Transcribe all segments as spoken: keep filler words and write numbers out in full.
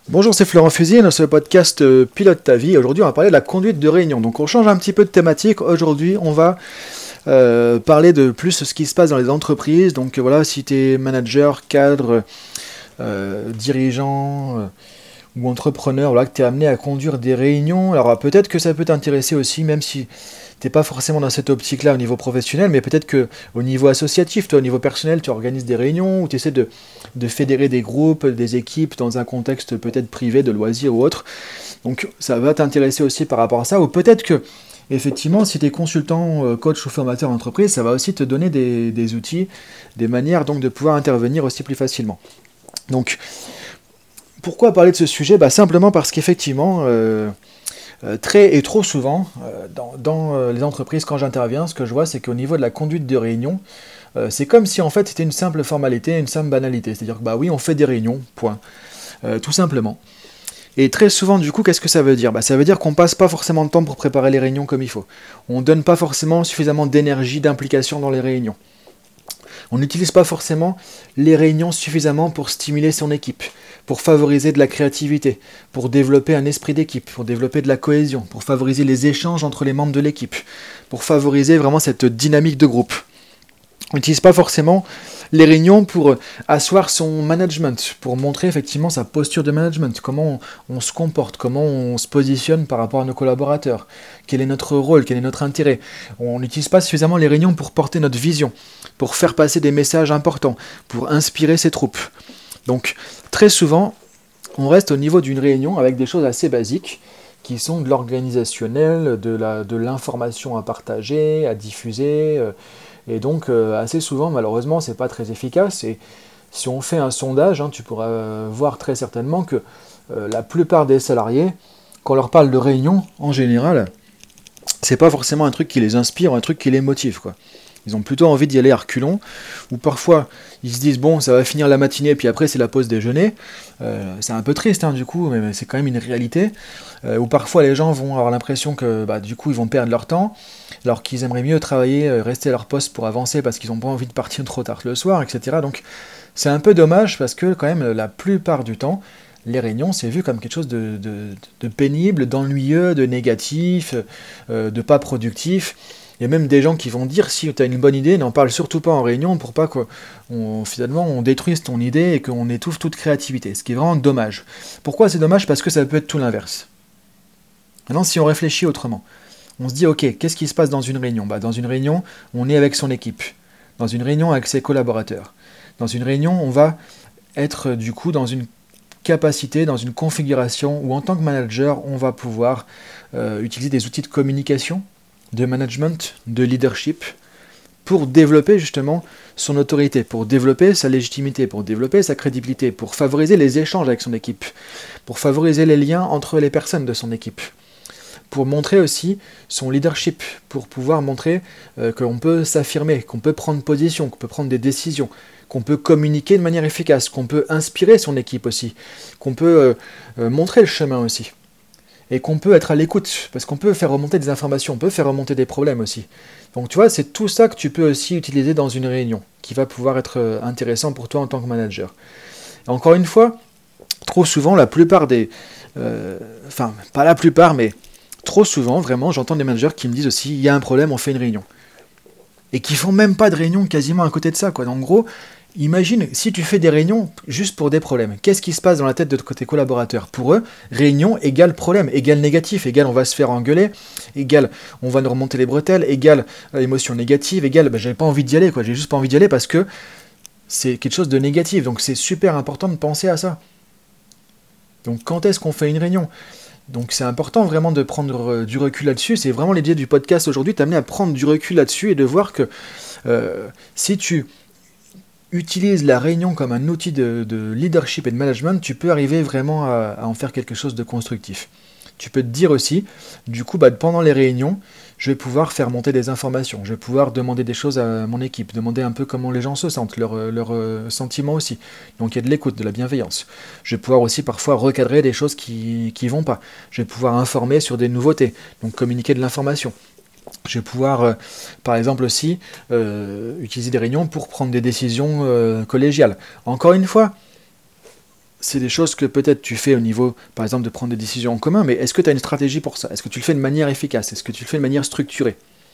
Bonjour, c'est Florent Fusil, dans ce podcast euh, Pilote ta vie. Aujourd'hui, on va parler de la conduite de réunion. Donc, on change un petit peu de thématique. Aujourd'hui, on va euh, parler de plus ce qui se passe dans les entreprises. Donc, euh, voilà, si tu es manager, cadre, euh, dirigeant euh, ou entrepreneur, voilà, que tu es amené à conduire des réunions. Alors, euh, peut-être que ça peut t'intéresser aussi, même si t'es pas forcément dans cette optique-là au niveau professionnel, mais peut-être que au niveau associatif, toi, au niveau personnel, tu organises des réunions ou tu essaies de, de fédérer des groupes, des équipes dans un contexte peut-être privé, de loisirs ou autre. Donc ça va t'intéresser aussi par rapport à ça. Ou peut-être que, effectivement, si tu es consultant, euh, coach ou formateur d'entreprise, ça va aussi te donner des, des outils, des manières donc de pouvoir intervenir aussi plus facilement. Donc, pourquoi parler de ce sujet? Bah, simplement parce qu'effectivement, euh, Euh, très et trop souvent, euh, dans, dans, euh, les entreprises, quand j'interviens, ce que je vois, c'est qu'au niveau de la conduite de réunion, euh, c'est comme si en fait c'était une simple formalité, une simple banalité. C'est-à-dire que bah oui, on fait des réunions, point. Euh, tout simplement. Et très souvent, du coup, qu'est-ce que ça veut dire? Bah, ça veut dire qu'on passe pas forcément de temps pour préparer les réunions comme il faut. On donne pas forcément suffisamment d'énergie, d'implication dans les réunions. On n'utilise pas forcément les réunions suffisamment pour stimuler son équipe, pour favoriser de la créativité, pour développer un esprit d'équipe, pour développer de la cohésion, pour favoriser les échanges entre les membres de l'équipe, pour favoriser vraiment cette dynamique de groupe. On n'utilise pas forcément les réunions pour asseoir son management, pour montrer effectivement sa posture de management, comment on, on se comporte, comment on se positionne par rapport à nos collaborateurs, quel est notre rôle, quel est notre intérêt. On n'utilise pas suffisamment les réunions pour porter notre vision, pour faire passer des messages importants, pour inspirer ses troupes. Donc très souvent, on reste au niveau d'une réunion avec des choses assez basiques, qui sont de l'organisationnel, de la, de l'information à partager, à diffuser, euh, et donc euh, assez souvent, malheureusement, c'est pas très efficace. Et si on fait un sondage, hein, tu pourras euh, voir très certainement que euh, la plupart des salariés, quand on leur parle de réunion, en général, c'est pas forcément un truc qui les inspire, un truc qui les motive, quoi. Ils ont plutôt envie d'y aller à reculons, ou parfois ils se disent bon, ça va finir la matinée, puis après c'est la pause déjeuner. Euh, c'est un peu triste hein, du coup, mais c'est quand même une réalité. Euh, ou parfois les gens vont avoir l'impression que bah, du coup ils vont perdre leur temps, alors qu'ils aimeraient mieux travailler, euh, rester à leur poste pour avancer parce qu'ils n'ont pas envie de partir trop tard le soir, et cetera. Donc c'est un peu dommage parce que quand même la plupart du temps, les réunions, c'est vu comme quelque chose de, de, de pénible, d'ennuyeux, de négatif, euh, de pas productif. Il y a même des gens qui vont dire si tu as une bonne idée, n'en parle surtout pas en réunion pour pas qu'on finalement on détruise ton idée et qu'on étouffe toute créativité. Ce qui est vraiment dommage. Pourquoi c'est dommage? Parce que ça peut être tout l'inverse. Maintenant, si on réfléchit autrement, on se dit ok, qu'est-ce qui se passe dans une réunion? Bah, dans une réunion, on est avec son équipe. Dans une réunion, avec ses collaborateurs. Dans une réunion, on va être du coup dans une capacité, dans une configuration où en tant que manager, on va pouvoir euh, utiliser des outils de communication, de management, de leadership, pour développer justement son autorité, pour développer sa légitimité, pour développer sa crédibilité, pour favoriser les échanges avec son équipe, pour favoriser les liens entre les personnes de son équipe, pour montrer aussi son leadership, pour pouvoir montrer euh, qu'on peut s'affirmer, qu'on peut prendre position, qu'on peut prendre des décisions, qu'on peut communiquer de manière efficace, qu'on peut inspirer son équipe aussi, qu'on peut euh, euh, montrer le chemin aussi. Et qu'on peut être à l'écoute, parce qu'on peut faire remonter des informations, on peut faire remonter des problèmes aussi. Donc tu vois, c'est tout ça que tu peux aussi utiliser dans une réunion, qui va pouvoir être intéressant pour toi en tant que manager. Et encore une fois, trop souvent, la plupart des... Euh, enfin, pas la plupart, mais trop souvent, vraiment, j'entends des managers qui me disent aussi, il y a un problème, on fait une réunion. Et qui font même pas de réunion quasiment à côté de ça, quoi. Donc, en gros, imagine, si tu fais des réunions juste pour des problèmes, qu'est-ce qui se passe dans la tête de tes collaborateurs? Pour eux, réunion égale problème, égale négatif, égale on va se faire engueuler, égale on va nous remonter les bretelles, égale émotion négative, égale bah, j'avais pas envie d'y aller, quoi. J'ai juste pas envie d'y aller parce que c'est quelque chose de négatif. Donc c'est super important de penser à ça. Donc quand est-ce qu'on fait une réunion? Donc c'est important vraiment de prendre euh, du recul là-dessus. C'est vraiment l'idée du podcast aujourd'hui, t'amener à prendre du recul là-dessus et de voir que euh, si tu utilises la réunion comme un outil de, de leadership et de management, tu peux arriver vraiment à, à en faire quelque chose de constructif. Tu peux te dire aussi, du coup, bah, pendant les réunions, je vais pouvoir faire monter des informations, je vais pouvoir demander des choses à mon équipe, demander un peu comment les gens se sentent, leurs leur, euh, sentiments aussi. Donc il y a de l'écoute, de la bienveillance. Je vais pouvoir aussi parfois recadrer des choses qui ne vont pas. Je vais pouvoir informer sur des nouveautés, donc communiquer de l'information. Je vais pouvoir, euh, par exemple aussi, euh, utiliser des réunions pour prendre des décisions euh, collégiales. Encore une fois, c'est des choses que peut-être tu fais au niveau, par exemple, de prendre des décisions en commun, mais est-ce que tu as une stratégie pour ça? Est-ce que tu le fais de manière efficace? Est-ce que tu le fais de manière structurée?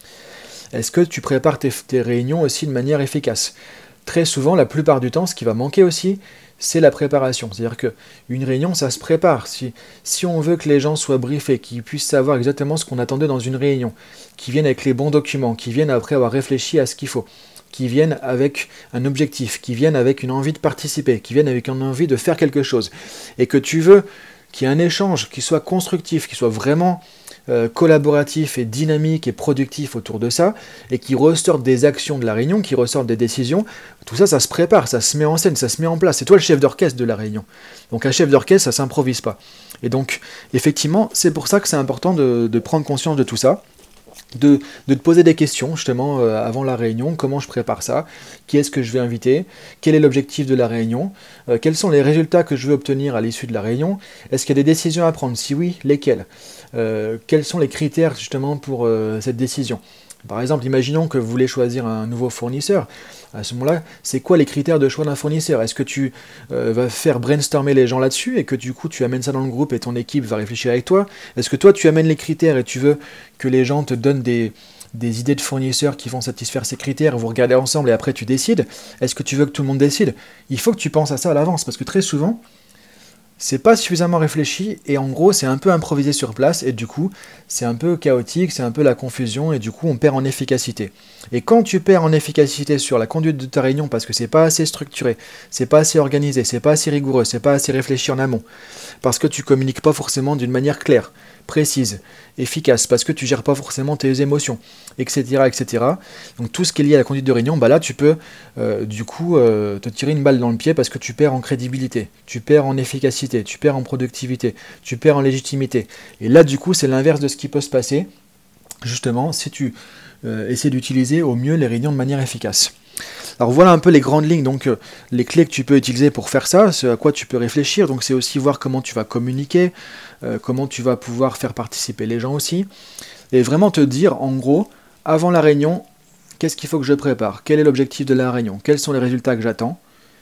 Est-ce que tu prépares tes, tes réunions aussi de manière efficace? Très souvent, la plupart du temps, ce qui va manquer aussi, c'est la préparation. C'est-à-dire qu'une réunion, ça se prépare. Si, si on veut que les gens soient briefés, qu'ils puissent savoir exactement ce qu'on attendait dans une réunion, qu'ils viennent avec les bons documents, qu'ils viennent après avoir réfléchi à ce qu'il faut, qu'ils viennent avec un objectif, qu'ils viennent avec une envie de participer, qu'ils viennent avec une envie de faire quelque chose, et que tu veux qu'il y ait un échange qui soit constructif, qui soit vraiment euh, collaboratif et dynamique et productif autour de ça, et qui ressorte des actions de la réunion, qui ressortent des décisions, tout ça, ça se prépare, ça se met en scène, ça se met en place. C'est toi le chef d'orchestre de la réunion. Donc un chef d'orchestre, ça ne s'improvise pas. Et donc, effectivement, c'est pour ça que c'est important de, de prendre conscience de tout ça. De, de te poser des questions justement euh, avant la réunion, comment je prépare ça, qui est-ce que je vais inviter, quel est l'objectif de la réunion, euh, quels sont les résultats que je veux obtenir à l'issue de la réunion, est-ce qu'il y a des décisions à prendre, si oui, lesquelles, euh, quels sont les critères justement pour euh, cette décision. Par exemple, imaginons que vous voulez choisir un nouveau fournisseur. À ce moment-là, c'est quoi les critères de choix d'un fournisseur? Est-ce que tu euh, vas faire brainstormer les gens là-dessus et que du coup tu amènes ça dans le groupe et ton équipe va réfléchir avec toi? Est-ce que toi tu amènes les critères et tu veux que les gens te donnent des, des idées de fournisseurs qui vont satisfaire ces critères, vous regardez ensemble et après tu décides? Est-ce que tu veux que tout le monde décide? Il faut que tu penses à ça à l'avance parce que très souvent, c'est pas suffisamment réfléchi et en gros c'est un peu improvisé sur place et du coup c'est un peu chaotique, c'est un peu la confusion et du coup on perd en efficacité. Et quand tu perds en efficacité sur la conduite de ta réunion parce que c'est pas assez structuré, c'est pas assez organisé, c'est pas assez rigoureux, c'est pas assez réfléchi en amont, parce que tu communiques pas forcément d'une manière claire, précise, efficace, parce que tu gères pas forcément tes émotions, et cetera, et cetera. Donc tout ce qui est lié à la conduite de réunion, bah là tu peux euh, du coup euh, te tirer une balle dans le pied parce que tu perds en crédibilité, tu perds en efficacité, tu perds en productivité, tu perds en légitimité. Et là du coup c'est l'inverse de ce qui peut se passer, justement, si tu euh, essaies d'utiliser au mieux les réunions de manière efficace. Alors voilà un peu les grandes lignes, donc euh, les clés que tu peux utiliser pour faire ça, ce à quoi tu peux réfléchir, donc c'est aussi voir comment tu vas communiquer, euh, comment tu vas pouvoir faire participer les gens aussi, et vraiment te dire en gros, avant la réunion, qu'est-ce qu'il faut que je prépare, quel est l'objectif de la réunion, quels sont les résultats que j'attends,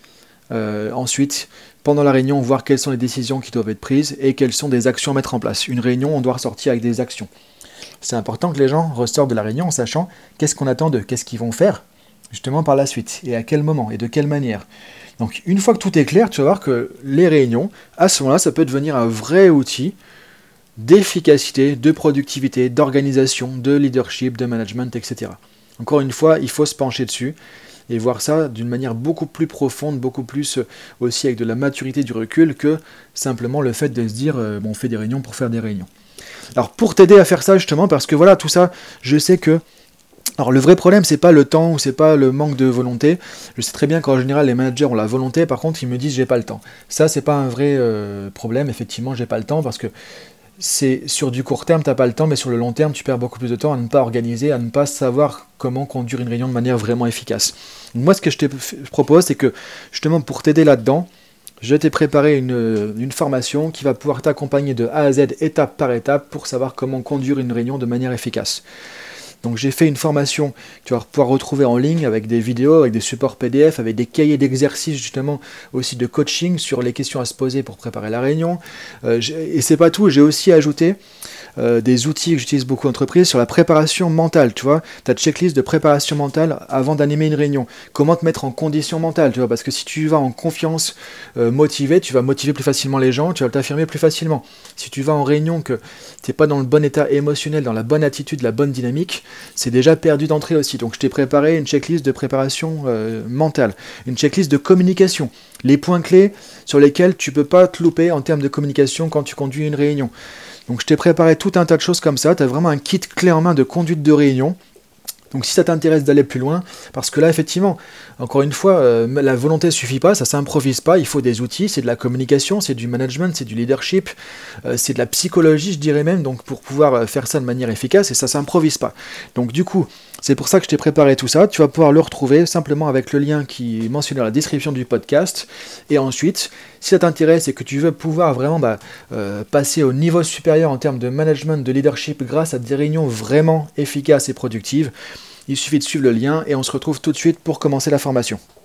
euh, ensuite, pendant la réunion, voir quelles sont les décisions qui doivent être prises et quelles sont des actions à mettre en place. Une réunion, on doit ressortir avec des actions. C'est important que les gens ressortent de la réunion en sachant qu'est-ce qu'on attend d'eux, qu'est-ce qu'ils vont faire, justement par la suite, et à quel moment, et de quelle manière. Donc une fois que tout est clair, tu vas voir que les réunions, à ce moment-là, ça peut devenir un vrai outil d'efficacité, de productivité, d'organisation, de leadership, de management, et cetera. Encore une fois, il faut se pencher dessus et voir ça d'une manière beaucoup plus profonde, beaucoup plus euh, aussi avec de la maturité, du recul, que simplement le fait de se dire euh, bon, on fait des réunions pour faire des réunions. Alors pour t'aider à faire ça justement, parce que voilà, tout ça, je sais que alors le vrai problème, c'est pas le temps ou c'est pas le manque de volonté. Je sais très bien qu'en général les managers ont la volonté, par contre ils me disent j'ai pas le temps. Ça c'est pas un vrai euh, problème, effectivement j'ai pas le temps parce que c'est sur du court terme t'as pas le temps, mais sur le long terme tu perds beaucoup plus de temps à ne pas organiser, à ne pas savoir comment conduire une réunion de manière vraiment efficace. Donc moi ce que je te propose, c'est que justement pour t'aider là-dedans, je t'ai préparé une, une formation qui va pouvoir t'accompagner de A à Z, étape par étape, pour savoir comment conduire une réunion de manière efficace. Donc j'ai fait une formation que tu vas pouvoir retrouver en ligne avec des vidéos, avec des supports P D F, avec des cahiers d'exercices justement aussi de coaching sur les questions à se poser pour préparer la réunion. Euh, et c'est pas tout, j'ai aussi ajouté euh, des outils que j'utilise beaucoup en entreprise sur la préparation mentale, tu vois. Ta checklist de préparation mentale avant d'animer une réunion. Comment te mettre en condition mentale, tu vois, parce que si tu vas en confiance, euh, motivé, tu vas motiver plus facilement les gens, tu vas t'affirmer plus facilement. Si tu vas en réunion que tu n'es pas dans le bon état émotionnel, dans la bonne attitude, la bonne dynamique, c'est déjà perdu d'entrée aussi. Donc je t'ai préparé une checklist de préparation euh, mentale, une checklist de communication, les points clés sur lesquels tu ne peux pas te louper en termes de communication quand tu conduis une réunion. Donc je t'ai préparé tout un tas de choses comme ça, tu as vraiment un kit clé en main de conduite de réunion. Donc si ça t'intéresse d'aller plus loin, parce que là effectivement, encore une fois, euh, la volonté ne suffit pas, ça ne s'improvise pas, il faut des outils, c'est de la communication, c'est du management, c'est du leadership, euh, c'est de la psychologie je dirais même, donc pour pouvoir faire ça de manière efficace, et ça ne s'improvise pas. Donc du coup, c'est pour ça que je t'ai préparé tout ça, tu vas pouvoir le retrouver simplement avec le lien qui est mentionné dans la description du podcast, et ensuite, si ça t'intéresse et que tu veux pouvoir vraiment bah, euh, passer au niveau supérieur en termes de management, de leadership grâce à des réunions vraiment efficaces et productives, il suffit de suivre le lien et on se retrouve tout de suite pour commencer la formation.